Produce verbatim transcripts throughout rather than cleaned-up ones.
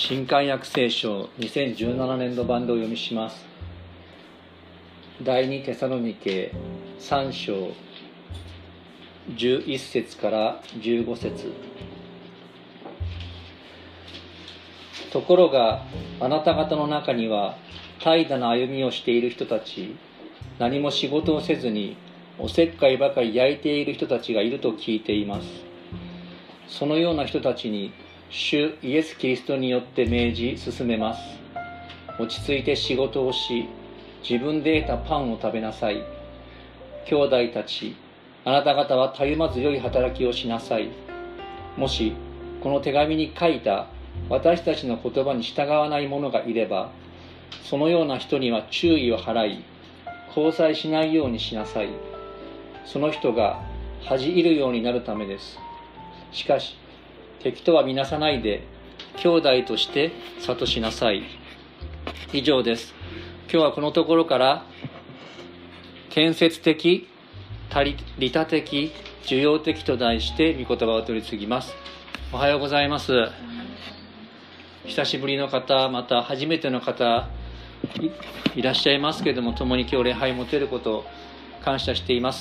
新漢約聖書にせんじゅうななねん度版でお読みします。第二テサロニケさん章じゅういっ節からじゅうご節。ところがあなた方の中には怠惰な歩みをしている人たち、何も仕事をせずにおせっかいばかり焼いている人たちがいると聞いています。そのような人たちに主イエス・キリストによって命じ進めます。落ち着いて仕事をし、自分で得たパンを食べなさい。兄弟たち、あなた方はたゆまず良い働きをしなさい。もしこの手紙に書いた私たちの言葉に従わない者がいれば、そのような人には注意を払い、交際しないようにしなさい。その人が恥じるようになるためです。しかし敵とは見なさないで兄弟として諭しなさい。以上です。今日はこのところから建設的、利他的、受容的と題して御言葉を取り次ぎます。おはようございます。久しぶりの方、また初めての方 い, いらっしゃいますけれども、共に今日礼拝を持てることを感謝しています。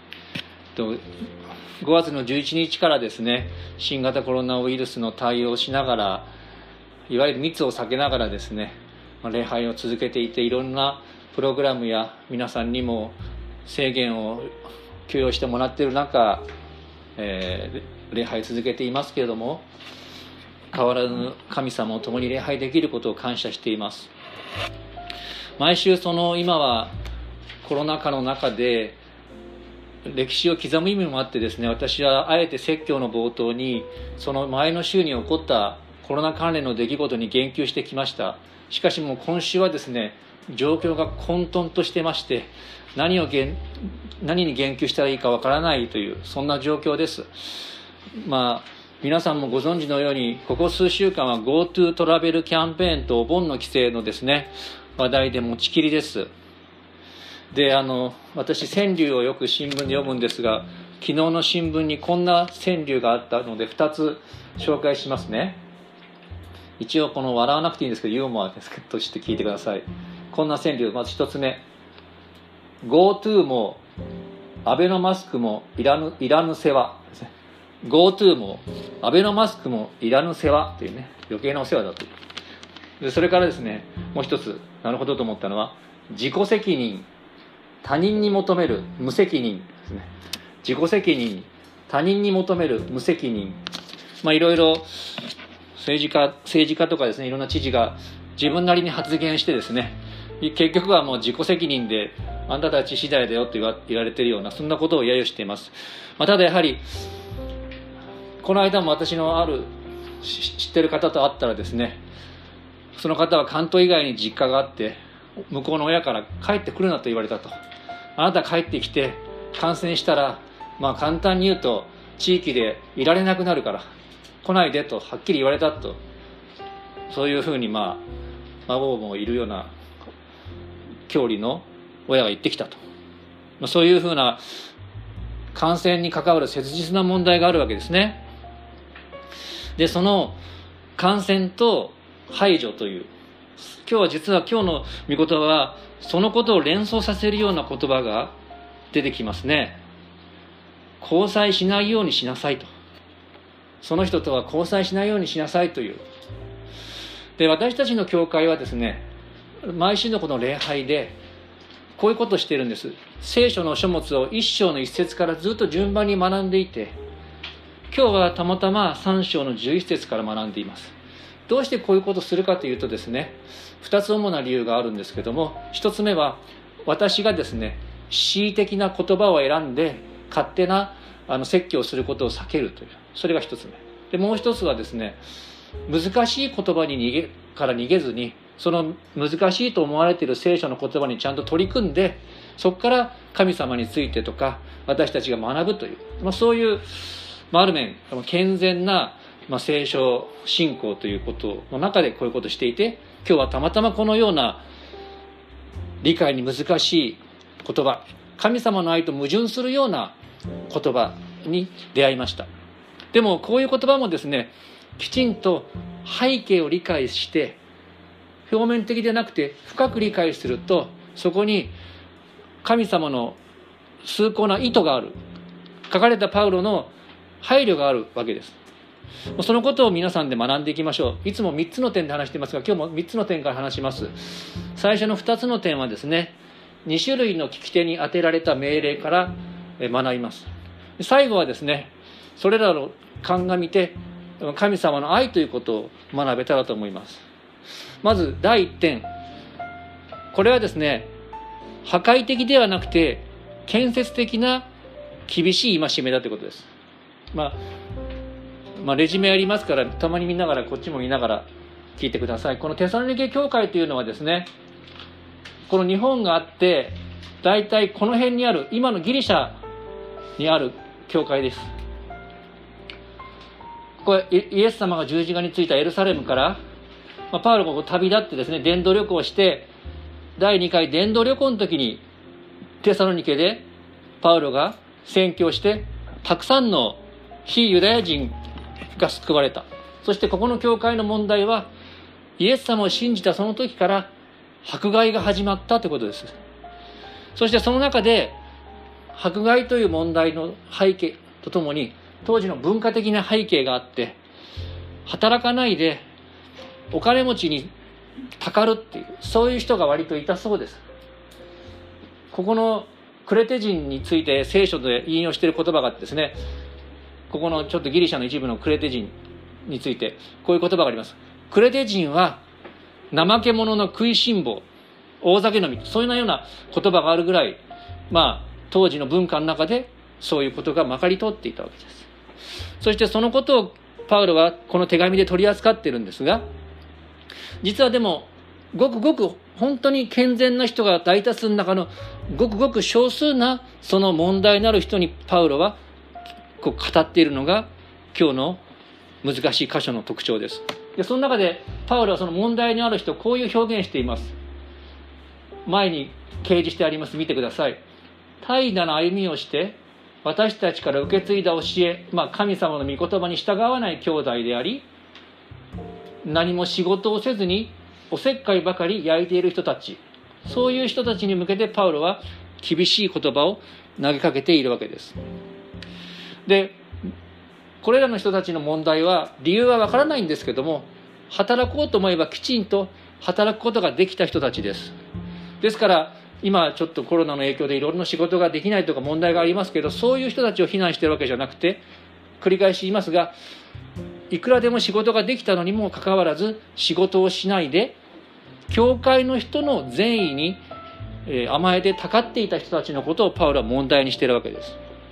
ごがつのじゅういちにちからですね、新型コロナウイルスの対応をしながら、いわゆる密を避けながらですね、礼拝を続けていて、いろんなプログラムや皆さんにも制限を許容してもらっている中、えー、礼拝続けていますけれども、変わらぬ神様を共に礼拝できることを感謝しています。毎週その今はコロナ禍の中で歴史を刻む意味もあってですね、私はあえて説教の冒頭にその前の週に起こったコロナ関連の出来事に言及してきました。しかしもう今週はですね、状況が混沌としてまして、何を何に言及したらいいかわからないという、そんな状況です。まあ皆さんもご存知のように、ここ数週間は GoTo トラベルキャンペーンとお盆の規制のですね、話題で持ちきりです。で、あの私川柳をよく新聞で読むんですが、昨日の新聞にこんな川柳があったのでふたつ紹介しますね。一応この笑わなくていいんですけど、ユーモアですとして聞いてください。こんな川柳、まずひとつめ。 GoTo もアベノマスクもいらぬ、いらぬ世話ですね。 GoTo もアベノマスクもいらぬ世話というね、余計なお世話だという。でそれからですね、もう一つなるほどと思ったのは、自己責任、他人に求める無責任ですね。自己責任、他人に求める無責任。まあいろいろ政治家政治家とかですね、いろんな知事が自分なりに発言してですね、結局はもう自己責任であんたたち次第だよと言わ言われているような、そんなことを揶揄しています。まあ、ただやはりこの間も私のある知ってる方と会ったらですね、その方は関東以外に実家があって、向こうの親から帰ってくるなと言われたと。あなた帰ってきて感染したら、まあ簡単に言うと地域でいられなくなるから来ないでとはっきり言われたと。そういうふうにまあ孫もいるような郷里の親が言ってきたと。まあ、そういうふうな感染に関わる切実な問題があるわけですね。でその感染と排除という、今日は実は今日の御言葉はそのことを連想させるような言葉が出てきますね。交際しないようにしなさいと。その人とは交際しないようにしなさいという。で私たちの教会はですね、毎週のこの礼拝でこういうことをしているんです。聖書の書物を一章の一節からずっと順番に学んでいて、今日はたまたま三章の十一節から学んでいます。どうしてこういうことをするかというとですね、二つ主な理由があるんですけども、一つ目は私がですね、恣意的な言葉を選んで勝手なあの説教をすることを避けるという、それが一つ目で、もう一つはですね、難しい言葉に逃げから逃げずに、その難しいと思われている聖書の言葉にちゃんと取り組んで、そこから神様についてとか私たちが学ぶという、まあ、そういう、まあ、ある面健全な、まあ、聖書信仰ということの中でこういうことをしていて、今日はたまたまこのような理解に難しい言葉、神様の愛と矛盾するような言葉に出会いました。でもこういう言葉もですね、 きちんと背景を理解して表面的でなくて深く理解すると、そこに神様の崇高な意図がある、書かれたパウロの配慮があるわけです。そのことを皆さんで学んでいきましょう。いつもみっつの点で話していますが、今日もみっつの点から話します。最初のふたつの点はですね、に種類の聞き手に当てられた命令から学びます。最後はですね、それらを鑑みて神様の愛ということを学べたらと思います。まずだいいってん、これはですね、破壊的ではなくて建設的な厳しい戒めだということです。まあ、まあ、レジュメありますから、たまに見ながらこっちも見ながら聞いてください。このテサロニケ教会というのはですね、この日本があって大体この辺にある、今のギリシャにある教会です。これイエス様が十字架についたエルサレムから、まあ、パウロがこう旅立ってですね、伝道旅行をして、だいにかい伝道旅行の時にテサロニケでパウロが宣教してたくさんの非ユダヤ人が救われた。そしてここの教会の問題は、イエス様を信じたその時から迫害が始まったということです。そしてその中で迫害という問題の背景とともに、当時の文化的な背景があって、働かないでお金持ちにたかるっていう、そういう人が割といたそうです。ここのクレテ人について聖書で引用している言葉があってですね、ここのちょっとギリシャの一部のクレテ人についてこういう言葉があります。クレテ人は怠け者の食いしん坊、大酒飲み、そういうような言葉があるぐらい、まあ当時の文化の中でそういうことがまかり通っていたわけです。そしてそのことをパウロはこの手紙で取り扱っているんですが、実はでもごくごく本当に健全な人が大多数の中のごくごく少数なその問題のある人にパウロはこう語っているのが今日の難しい箇所の特徴です。でその中でパウロはその問題のある人をこういう表現しています。前に掲示してあります。見てください。怠惰な歩みをして私たちから受け継いだ教え、まあ、神様の御言葉に従わない兄弟であり、何も仕事をせずにおせっかいばかり焼いている人たち、そういう人たちに向けてパウロは厳しい言葉を投げかけているわけです。でこれらの人たちの問題は理由はわからないんですけども、働こうと思えばきちんと働くことができた人たちです。ですから今ちょっとコロナの影響でいろいろな仕事ができないとか問題がありますけど、そういう人たちを非難しているわけじゃなくて、繰り返し言いますが、いくらでも仕事ができたのにもかかわらず仕事をしないで教会の人の善意に甘えてたかっていた人たちのことをパウロは問題にしているわけです。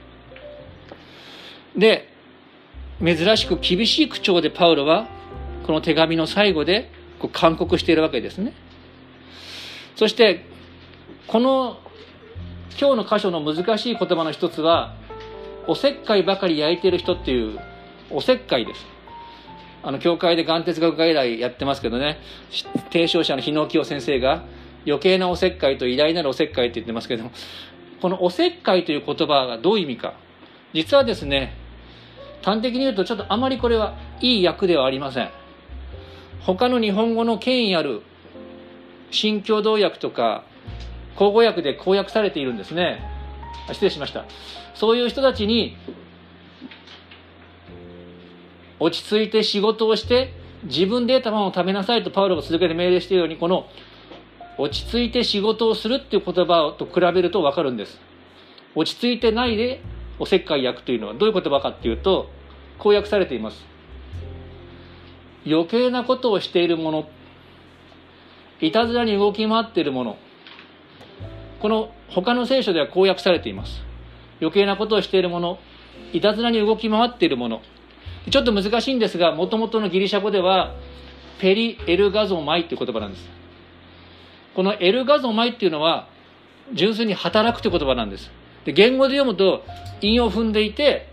で珍しく厳しい口調でパウロはこの手紙の最後でこう勧告しているわけですね。そしてこの今日の箇所の難しい言葉の一つは、おせっかいばかり焼いている人っていうおせっかいです。あの教会で眼哲学外来やってますけどね、提唱者の日野清先生が余計なおせっかいと偉大なるおせっかいって言ってますけども、このおせっかいという言葉がどういう意味か、実はですね、端的に言うとちょっとあまりこれはいい訳ではありません。他の日本語の権威ある新共同訳とか口語訳でこう訳されているんですね。失礼しました。そういう人たちに落ち着いて仕事をして自分で得たものを食べなさいとパウロが続けて命令しているように、この落ち着いて仕事をするっていう言葉と比べると分かるんです。落ち着いてないでおせっかい焼くというのはどういう言葉かっていうと、こう訳されています。余計なことをしているもの、いたずらに動き回っているもの、この他の聖書ではこう訳されています。余計なことをしているもの、いたずらに動き回っているもの。ちょっと難しいんですが、もともとのギリシャ語ではペリエルガゾマイという言葉なんです。このエルガゾマイっていうのは純粋に働くという言葉なんです。で言語で読むと韻を踏んでいて、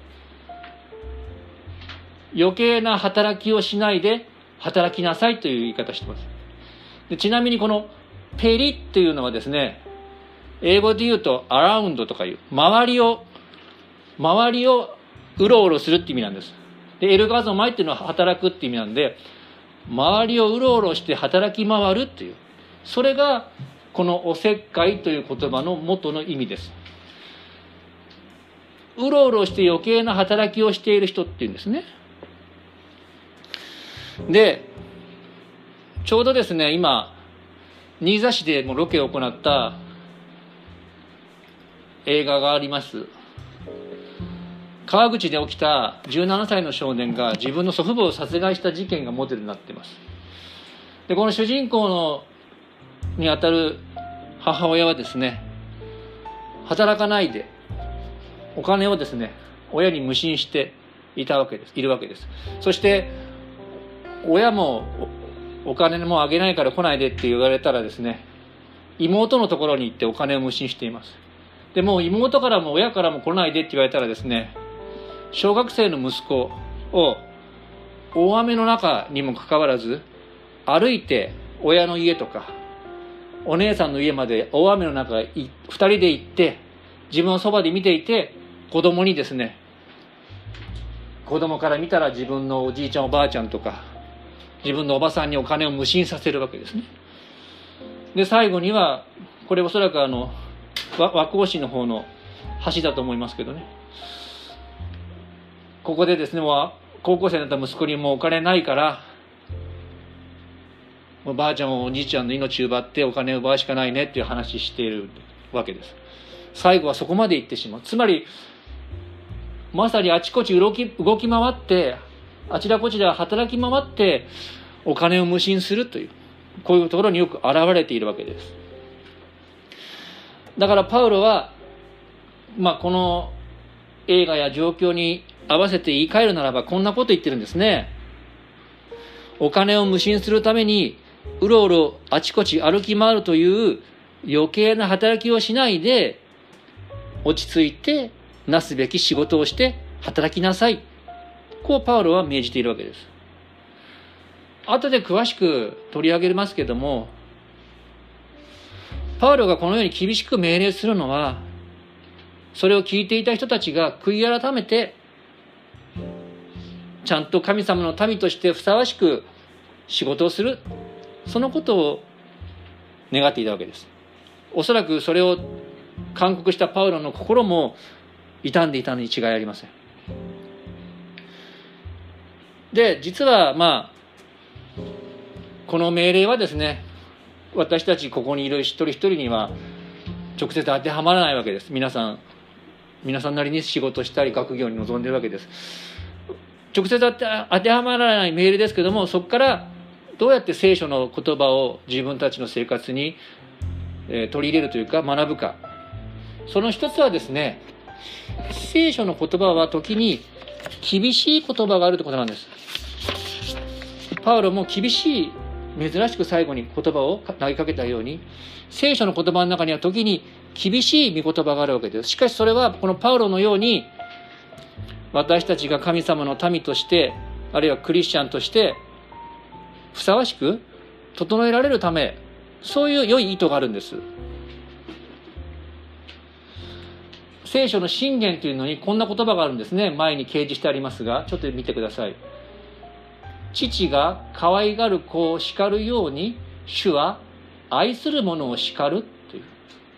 余計な働きをしないで働きなさいという言い方をしています。でちなみにこのペリっていうのはですね、英語で言うとアラウンドとかいう周りを周りをうろうろするって意味なんです。 でエルガゾマイっていうのは働くって意味なんで、周りをうろうろして働き回るっていう、それがこのおせっかいという言葉の元の意味です。うろうろして余計な働きをしている人っていうんですね。でちょうどですね、今新座市でもロケを行った映画があります。川口で起きたじゅうななさいの少年が自分の祖父母を殺害した事件がモデルになっています。でこの主人公のにあたる母親はですね、働かないでお金をですね親に無心していたわけですいるわけです。そして親もお金もあげないから来ないでって言われたらですね、妹のところに行ってお金を無心しています。でもう妹からも親からも来ないでって言われたらですね、小学生の息子を大雨の中にもかかわらず歩いて親の家とかお姉さんの家まで大雨の中ふたりで行って、自分のそばで見ていて、子供にですね、子供から見たら自分のおじいちゃんおばあちゃんとか自分のおばさんにお金を無心させるわけですね。で最後には、これおそらくあの和光市の方の橋だと思いますけどね、ここでですね、もう高校生になった息子にもうお金ないからもうばあちゃんもおじいちゃんの命奪ってお金を奪うしかないねっていう話しているわけです。最後はそこまで行ってしまう。つまりまさにあちこち動き、動き回ってあちらこちら働き回ってお金を無心するという、こういうところによく現れているわけです。だからパウロは、まあ、この映画や状況に合わせて言い換えるならばこんなこと言ってるんですね。お金を無心するためにうろうろあちこち歩き回るという余計な働きをしないで、落ち着いてなすべき仕事をして働きなさい、こうパウロは命じているわけです。後で詳しく取り上げますけども、パウロがこのように厳しく命令するのは、それを聞いていた人たちが悔い改めてちゃんと神様の民としてふさわしく仕事をする、そのことを願っていたわけです。おそらくそれを勧告したパウロの心も傷んでいたのに違いありません。で実はまあこの命令はですね、私たちここにいる一人一人には直接当てはまらないわけです。皆さん皆さんなりに仕事したり学業に臨んでいるわけです。直接当て当てはまらない命令ですけども、そこからどうやって聖書の言葉を自分たちの生活に取り入れるというか学ぶか。その一つはですね、聖書の言葉は時に厳しい言葉があるということなんです。パウロも厳しい、珍しく最後に言葉を投げかけたように、聖書の言葉の中には時に厳しい御言葉があるわけです。しかしそれはこのパウロのように私たちが神様の民として、あるいはクリスチャンとしてふさわしく整えられるため、そういう良い意図があるんです。聖書の箴言というのにこんな言葉があるんですね。前に掲示してありますが、ちょっと見てください。父が可愛がる子を叱るように、主は愛する者を叱るという。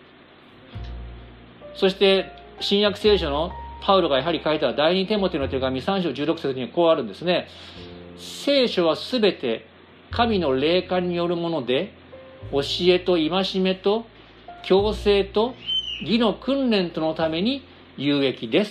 そして新約聖書のパウロがやはり書いた第二テモテの手紙さん章じゅうろく節にはこうあるんですね。聖書はすべて神の霊感によるもので、教えと戒めと矯正と義の訓練とのために有益です。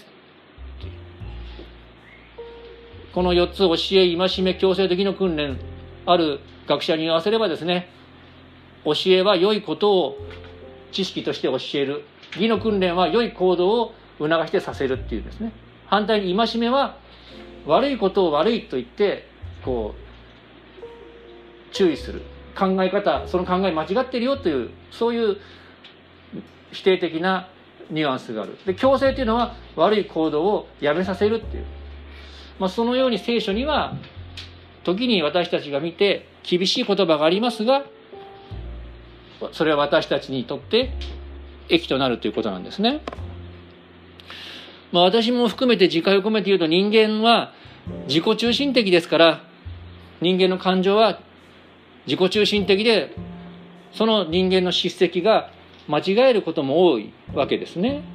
このよっつ、教え、戒め、矯正と義の訓練、ある学者に言わせればですね、教えは良いことを知識として教える、義の訓練は良い行動を促してさせるっていうんですね。反対に戒めは悪いことを悪いと言ってこう注意する、考え方、その考え間違ってるよという、そういう否定的なニュアンスがある。で、矯正というのは悪い行動をやめさせるっていう、まあ、そのように聖書には時に私たちが見て厳しい言葉がありますが、それは私たちにとって益となるということなんですね。まあ、私も含めて自戒を込めて言うと、人間は自己中心的ですから、人間の感情は自己中心的で、その人間の叱責が間違えることも多いわけですね。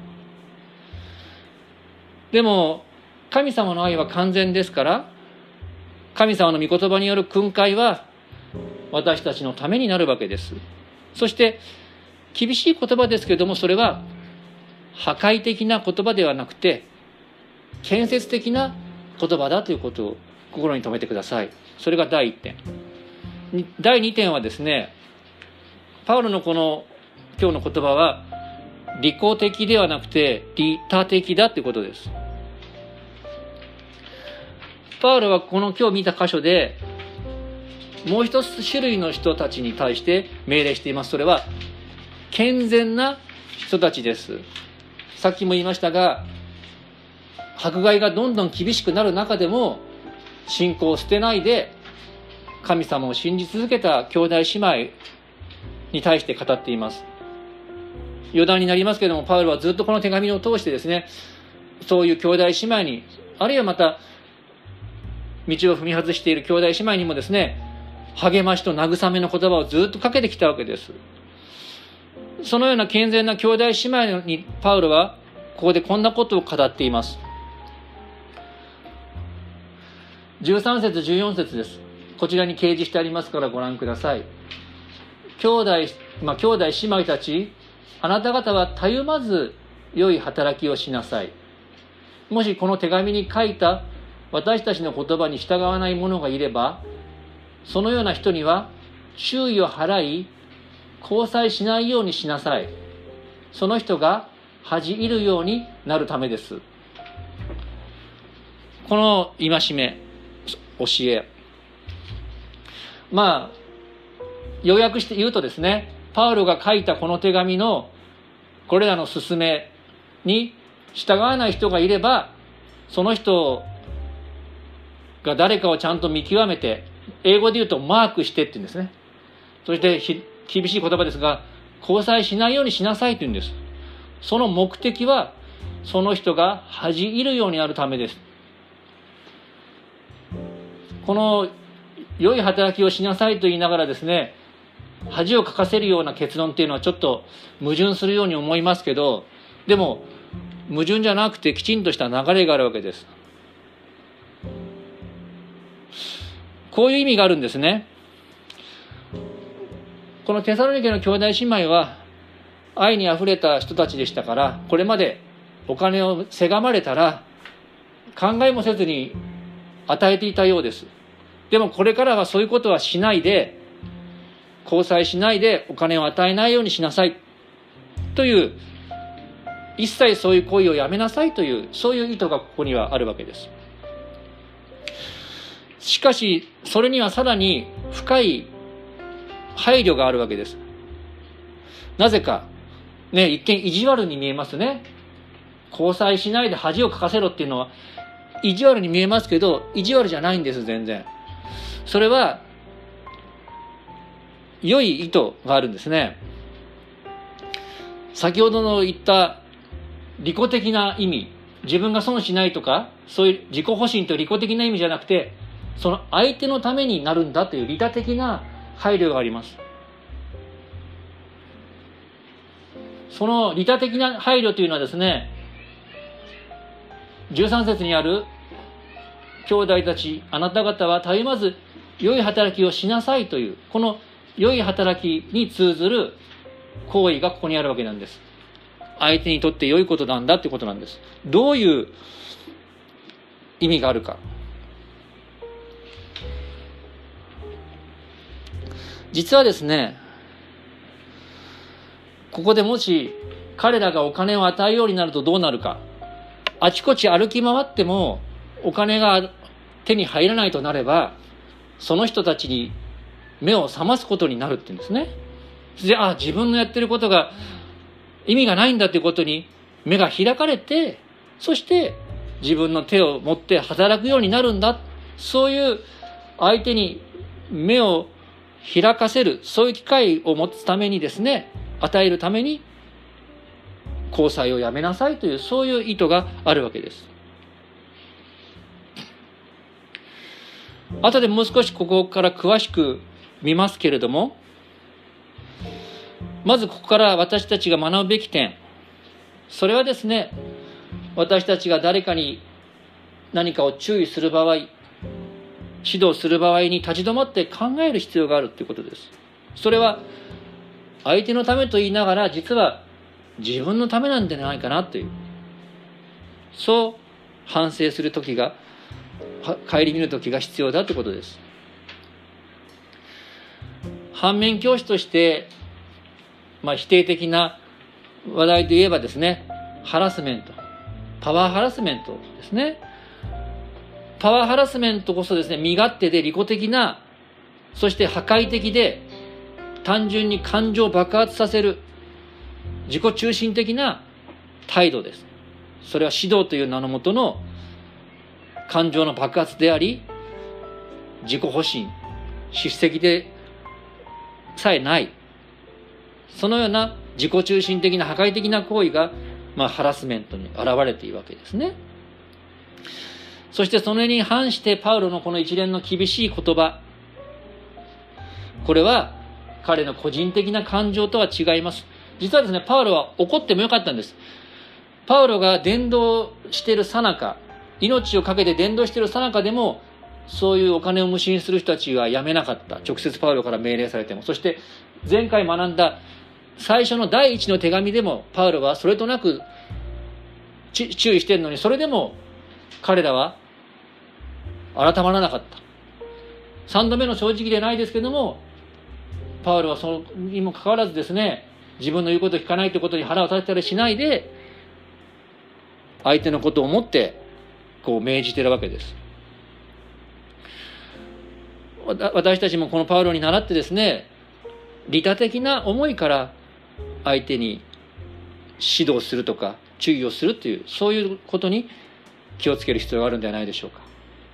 でも神様の愛は完全ですから、神様の御言葉による訓戒は私たちのためになるわけです。そして厳しい言葉ですけれども、それは破壊的な言葉ではなくて建設的な言葉だということを心に留めてください。それが第一点。第二点はですね、パウロのこの今日の言葉は利己的ではなくて利他的だということです。パウロはこの今日見た箇所でもう一つ種類の人たちに対して命令しています。それは健全な人たちです。さっきも言いましたが、迫害がどんどん厳しくなる中でも信仰を捨てないで神様を信じ続けた兄弟姉妹に対して語っています。余談になりますけれども、パウロはずっとこの手紙を通してですね、そういう兄弟姉妹に、あるいはまた道を踏み外している兄弟姉妹にもですね、励ましと慰めの言葉をずっとかけてきたわけです。そのような健全な兄弟姉妹にパウロはここでこんなことを語っています。じゅうさん節じゅうよん節です。こちらに掲示してありますからご覧ください。兄弟、まあ、兄弟姉妹たち、あなた方はたゆまず良い働きをしなさい。もしこの手紙に書いた私たちの言葉に従わない者がいれば、そのような人には注意を払い交際しないようにしなさい。その人が恥じ入るようになるためです。この戒め、教え、まあ要約して言うとですね、パウロが書いたこの手紙のこれらの勧めに従わない人がいれば、その人が誰かをちゃんと見極めて、英語で言うとマークしてって言うんですね。そして厳しい言葉ですが、交際しないようにしなさいと言うんです。その目的はその人が恥じ入るようになるためです。この良い働きをしなさいと言いながらですね、恥をかかせるような結論っていうのはちょっと矛盾するように思いますけど、でも矛盾じゃなくてきちんとした流れがあるわけです。こういう意味があるんですね。このテサロニケの兄弟姉妹は愛にあふれた人たちでしたから、これまでお金をせがまれたら考えもせずに与えていたようです。でもこれからはそういうことはしないで、交際しないでお金を与えないようにしなさいという、一切そういう行為をやめなさいという、そういう意図がここにはあるわけです。しかしそれにはさらに深い配慮があるわけです。なぜかね、一見意地悪に見えますね。交際しないで恥をかかせろっていうのは意地悪に見えますけど、意地悪じゃないんです。全然それは良い意図があるんですね。先ほどの言った利己的な意味、自分が損しないとか、そういう自己保身という利己的な意味じゃなくて、その相手のためになるんだという利他的な配慮があります。その利他的な配慮というのはですね、じゅうさん節にある兄弟たち、あなた方はたゆまず良い働きをしなさいという、この良い働きに通ずる行為がここにあるわけなんです。相手にとって良いことなんだということなんです。どういう意味があるか。実はですね、ここでもし彼らがお金を与えようになるとどうなるか。あちこち歩き回ってもお金が手に入らないとなれば、その人たちに目を覚ますことになるって言うんですね。で、あ、自分のやってることが意味がないんだということに目が開かれて、そして自分の手を持って働くようになるんだ。そういう相手に目を開かせる、そういう機会を持つためにですね、与えるために交際をやめなさいという、そういう意図があるわけです。 後でもう少しここから詳しく見ますけれども、まずここから私たちが学ぶべき点、それはですね、私たちが誰かに何かを注意する場合、指導する場合に立ち止まって考える必要があるということです。それは相手のためと言いながら、実は自分のためなんじゃないかなという、そう反省する時が、顧みる時が必要だということです。反面教師として、まあ、否定的な話題で言えばですね、ハラスメント、パワーハラスメントですね。パワーハラスメントこそですね、身勝手で利己的な、そして破壊的で、単純に感情を爆発させる、自己中心的な態度です。それは指導という名のもとの感情の爆発であり、自己保身、叱責でさえない、そのような自己中心的な破壊的な行為が、まあ、ハラスメントに現れているわけですね。そしてそれに反してパウロのこの一連の厳しい言葉、これは彼の個人的な感情とは違います。実はですね、パウロは怒ってもよかったんです。パウロが伝道している最中、命を懸けて伝道している最中でも、そういうお金を無心する人たちはやめなかった。直接パウロから命令されても。そして前回学んだ最初の第一の手紙でも、パウロはそれとなく注意しているのに、それでも彼らは改まらなかった。三度目の正直でないですけども、パウロはそれにもかかわらずですね、自分の言うことを聞かないということに腹を立てたりしないで、相手のことを思ってこう命じているわけです。私たちもこのパウロに倣ってですね、利他的な思いから相手に指導するとか注意をするという、そういうことに気をつける必要があるんではないでしょうか。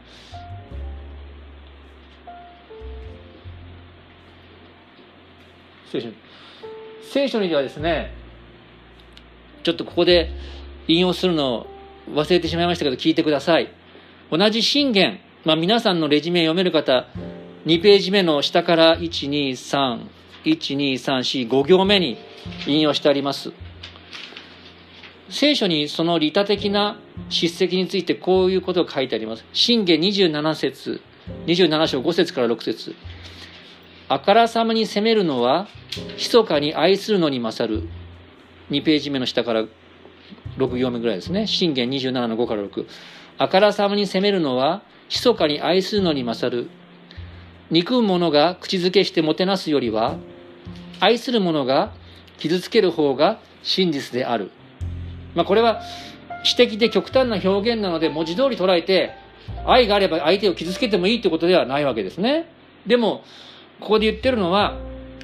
聖書聖書にはですね、ちょっとここで引用するのを忘れてしまいましたけど聞いてください。同じ箴言、まあ、皆さんのレジュメ読める方、にページ目の下からいち、に、さん、いち、に、さん、よん、ご行目に引用してあります。聖書にその利他的な叱責についてこういうことが書いてあります。箴言にじゅうなな節、にじゅうなな章ご節からろく節。あからさまに責めるのは密かに愛するのに勝る。にページ目の下からろく行目ぐらいですね。箴言にじゅうななのごからろく。あからさまに責めるのは密かに愛するのに勝る。憎む者が口づけしてもてなすよりは、愛する者が傷つける方が真実である。まあ、これは詩的で極端な表現なので、文字通り捉えて、愛があれば相手を傷つけてもいいということではないわけですね。でもここで言ってるのは、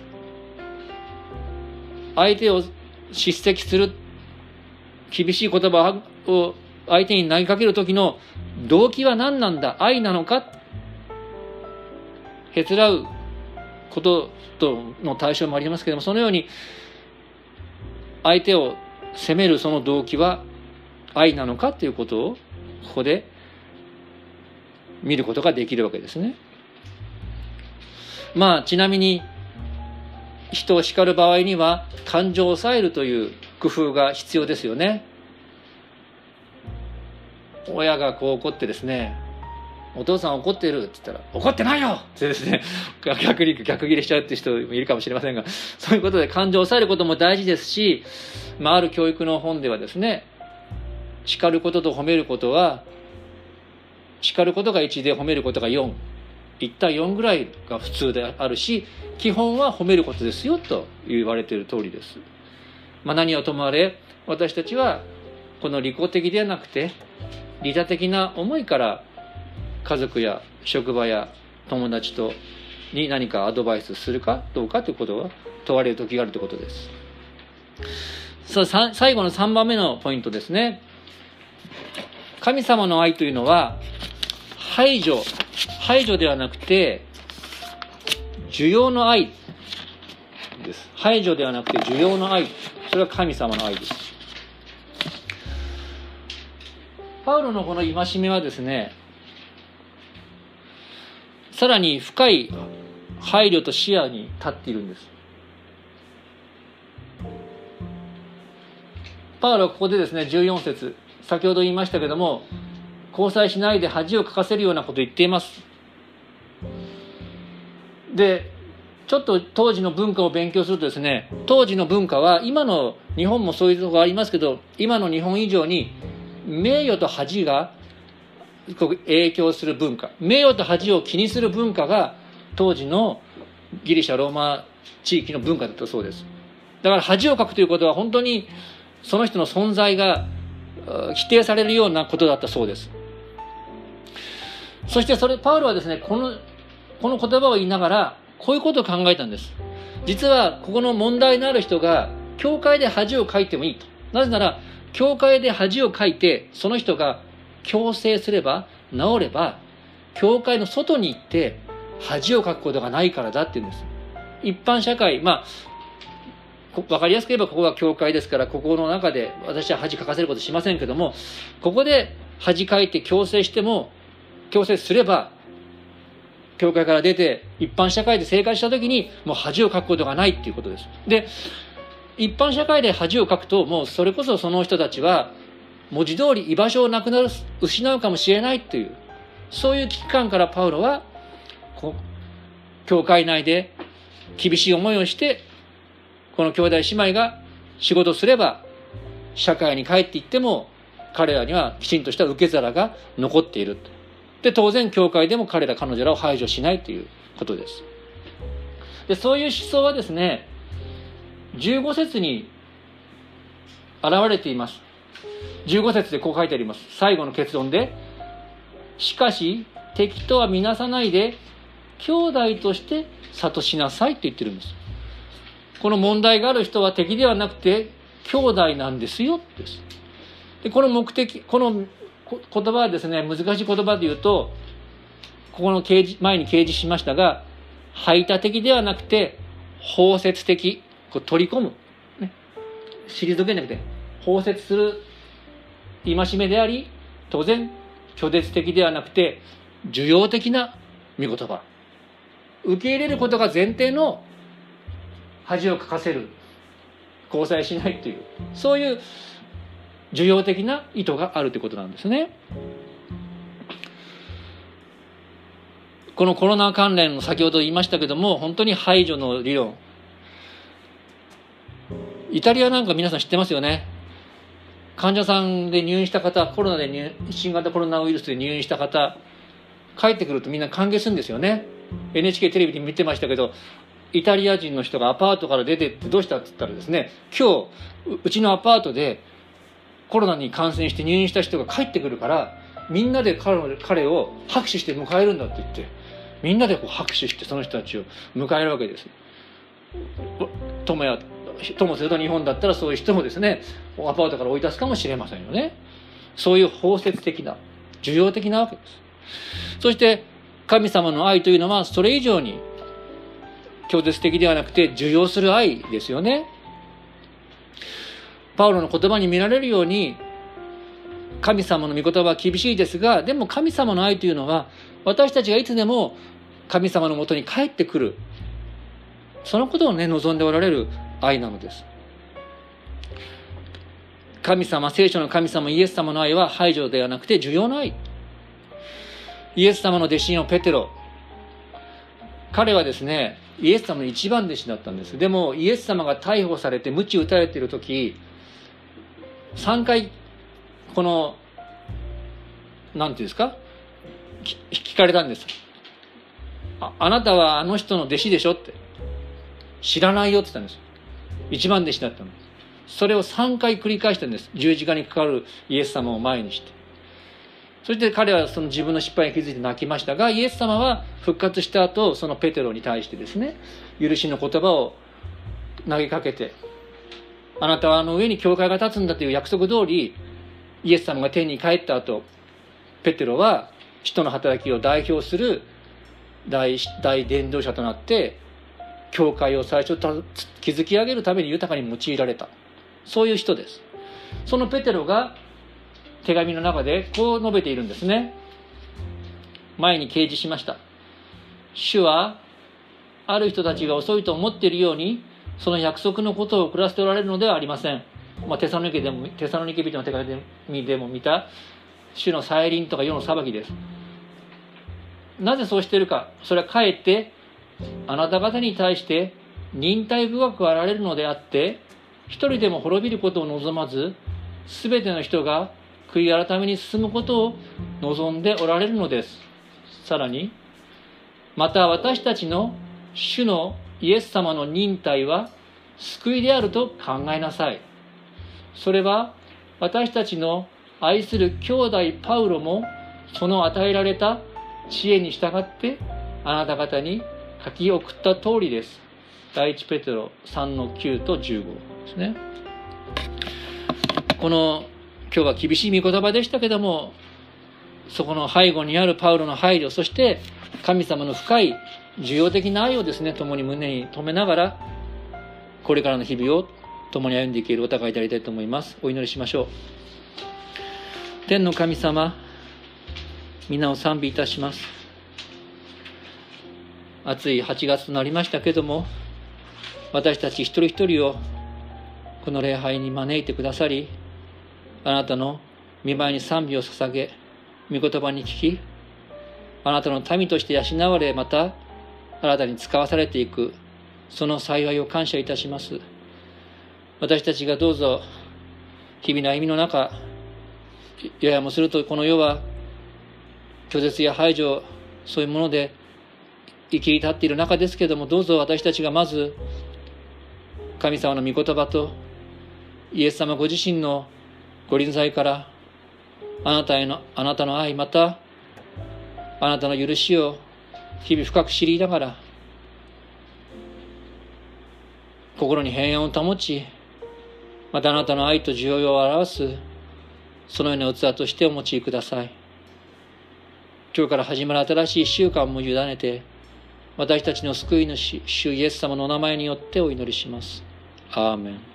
相手を叱責する厳しい言葉を相手に投げかける時の動機は何なんだ、愛なのか、へつらうこととの対象もありますけれども、そのように相手を責めるその動機は愛なのかということをここで見ることができるわけですね。まあちなみに人を叱る場合には感情を抑えるという工夫が必要ですよね。親がこう怒ってですね、お父さん怒ってるって言ったら、怒ってないよってですね、逆に逆ギレしちゃうっていう人もいるかもしれませんが、そういうことで感情を抑えることも大事ですし、まあ、ある教育の本ではですね、叱ることと褒めることは、叱ることがいちで褒めることがよん、いち対よんぐらいが普通であるし、基本は褒めることですよと言われている通りです。まあ、何はともあれ、私たちはこの利己的ではなくて利他的な思いから家族や職場や友達とに何かアドバイスするかどうかということが問われる時があるということです。さあ、最後のさんばんめのポイントですね。神様の愛というのは排除排除ではなくて受容の愛です。排除ではなくて受容の愛、それは神様の愛です。パウロのこの戒めはですね、 さらに深い配慮と視野に立っているんです。パウロはここでですね、じゅうよん節、先ほど言いましたけども、交際しないで恥をかかせるようなことを言っています。で、ちょっと当時の文化を勉強するとですね、当時の文化は今の日本もそういうところがありますけど、今の日本以上に名誉と恥が影響する文化、名誉と恥を気にする文化が当時のギリシャローマ地域の文化だったそうです。だから恥をかくということは本当にその人の存在が否定されるようなことだったそうです。そしてそれパウロはですね、このこの言葉を言いながらこういうことを考えたんです。実はここの問題のある人が教会で恥をかいてもいいと。なぜなら教会で恥をかいてその人が矯正すれば治れば、教会の外に行って恥をかくことがないからだって言うんです。一般社会、まあ分かりやすく言えばここは教会ですから、ここの中で私は恥かかせることしませんけども、ここで恥かいて矯正しても、矯正すれば教会から出て一般社会で生活した時にもう恥をかくことがないっていうことです。で、一般社会で恥をかくと、もうそれこそその人たちは文字通り居場所をなくなる、失うかもしれないという、そういう危機感からパウロはこう教会内で厳しい思いをして、この兄弟姉妹が仕事すれば社会に帰っていっても彼らにはきちんとした受け皿が残っている。で、当然教会でも彼ら彼女らを排除しないということです。で、そういう思想はですね、じゅうご節に現れています。じゅうご節でこう書いてあります。最後の結論で、しかし敵とは見なさないで兄弟として諭しなさいと言ってるんです。この問題がある人は敵ではなくて兄弟なんですよです。で、この目的、この言葉はですね、難しい言葉で言うと、ここの掲示前に掲示しましたが、排他的ではなくて包摂的、こう取り込む、ね、退けなくて包摂する戒めであり、当然拒絶的ではなくて受容的な御言葉、受け入れることが前提の恥をかかせる、交際しないという、そういう受容的な意図があるということなんですね。このコロナ関連の先ほど言いましたけども、本当に排除の理論、イタリアなんか皆さん知ってますよね。患者さんで入院した方、コロナで入新型コロナウイルスで入院した方、帰ってくるとみんな歓迎するんですよね。 エヌエイチケー テレビで見てましたけど、イタリア人の人がアパートから出てってどうしたって言ったらですね、今日うちのアパートでコロナに感染して入院した人が帰ってくるから、みんなで彼彼を拍手して迎えるんだって言って、みんなでこう拍手してその人たちを迎えるわけです。ともやともすると日本だったらそういう人もですね、アパートから追い出すかもしれませんよね。そういう包摂的な受容的なわけです。そして神様の愛というのはそれ以上に拒絶的ではなくて受容する愛ですよね。パウロの言葉に見られるように、神様の御言葉は厳しいですが、でも神様の愛というのは私たちがいつでも神様のもとに帰ってくる、そのことをね望んでおられる愛なのです。神様、聖書の神様イエス様の愛は排除ではなくて受容の愛。イエス様の弟子のペテロ、彼はですねイエス様の一番弟子だったんです。でもイエス様が逮捕されて鞭打たれている時、さんかいこの何ていうんですか、聞かれたんです。 あ, あなたはあの人の弟子でしょって。知らないよって言ったんです。一番弟子だったの。それをさんかい繰り返したんです。十字架にかかるイエス様を前にして。そして彼はその自分の失敗に気づいて泣きましたが、イエス様は復活した後、そのペテロに対してですね、許しの言葉を投げかけて、あなたはあの上に教会が立つんだという約束通り、イエス様が天に帰った後、ペテロは使徒の働きを代表する 大, 大伝道者となって、教会を最初築き上げるために豊かに用いられた、そういう人です。そのペテロが手紙の中でこう述べているんですね。前に掲示しました。 主はある人たちが遅いと思っているようにその約束のことを遅らせておられるのではありません。まあ、テサロニケでもテサロニケ人の手紙でも見た主の再臨とか世の裁きです。なぜそうしているか。それはかえってあなた方に対して忍耐深くあられるのであって、一人でも滅びることを望まず、すべての人が悔い改めに進むことを望んでおられるのです。さらに、また私たちの主のイエス様の忍耐は救いであると考えなさい。それは私たちの愛する兄弟パウロもその与えられた知恵に従ってあなた方に書き送った通りです。第一ペテロさんのきゅうとじゅうごですね。この今日は厳しい御言葉でしたけども、そこの背後にあるパウロの配慮、そして神様の深い重要的な愛をですね、共に胸に留めながらこれからの日々を共に歩んでいけるお互いでありたいと思います。お祈りしましょう。天の神様、皆を賛美いたします。暑いはちがつとなりましたけども、私たち一人一人をこの礼拝に招いてくださり、あなたの御前に賛美を捧げ、御言葉に聞き、あなたの民として養われ、また新たに使わされていく、その幸いを感謝いたします。私たちがどうぞ日々の歩みの中、ややもするとこの世は拒絶や排除、そういうもので生きり立っている中ですけれども、どうぞ私たちがまず神様の御言葉とイエス様ご自身のご臨在からあなたへのあなたの愛、またあなたの許しを日々深く知りながら、心に平安を保ち、またあなたの愛と需要を表すそのような器としてお持ちください。今日から始まる新しいいっしゅうかんも委ねて、私たちの救い主主イエス様のお名前によってお祈りします。アーメン。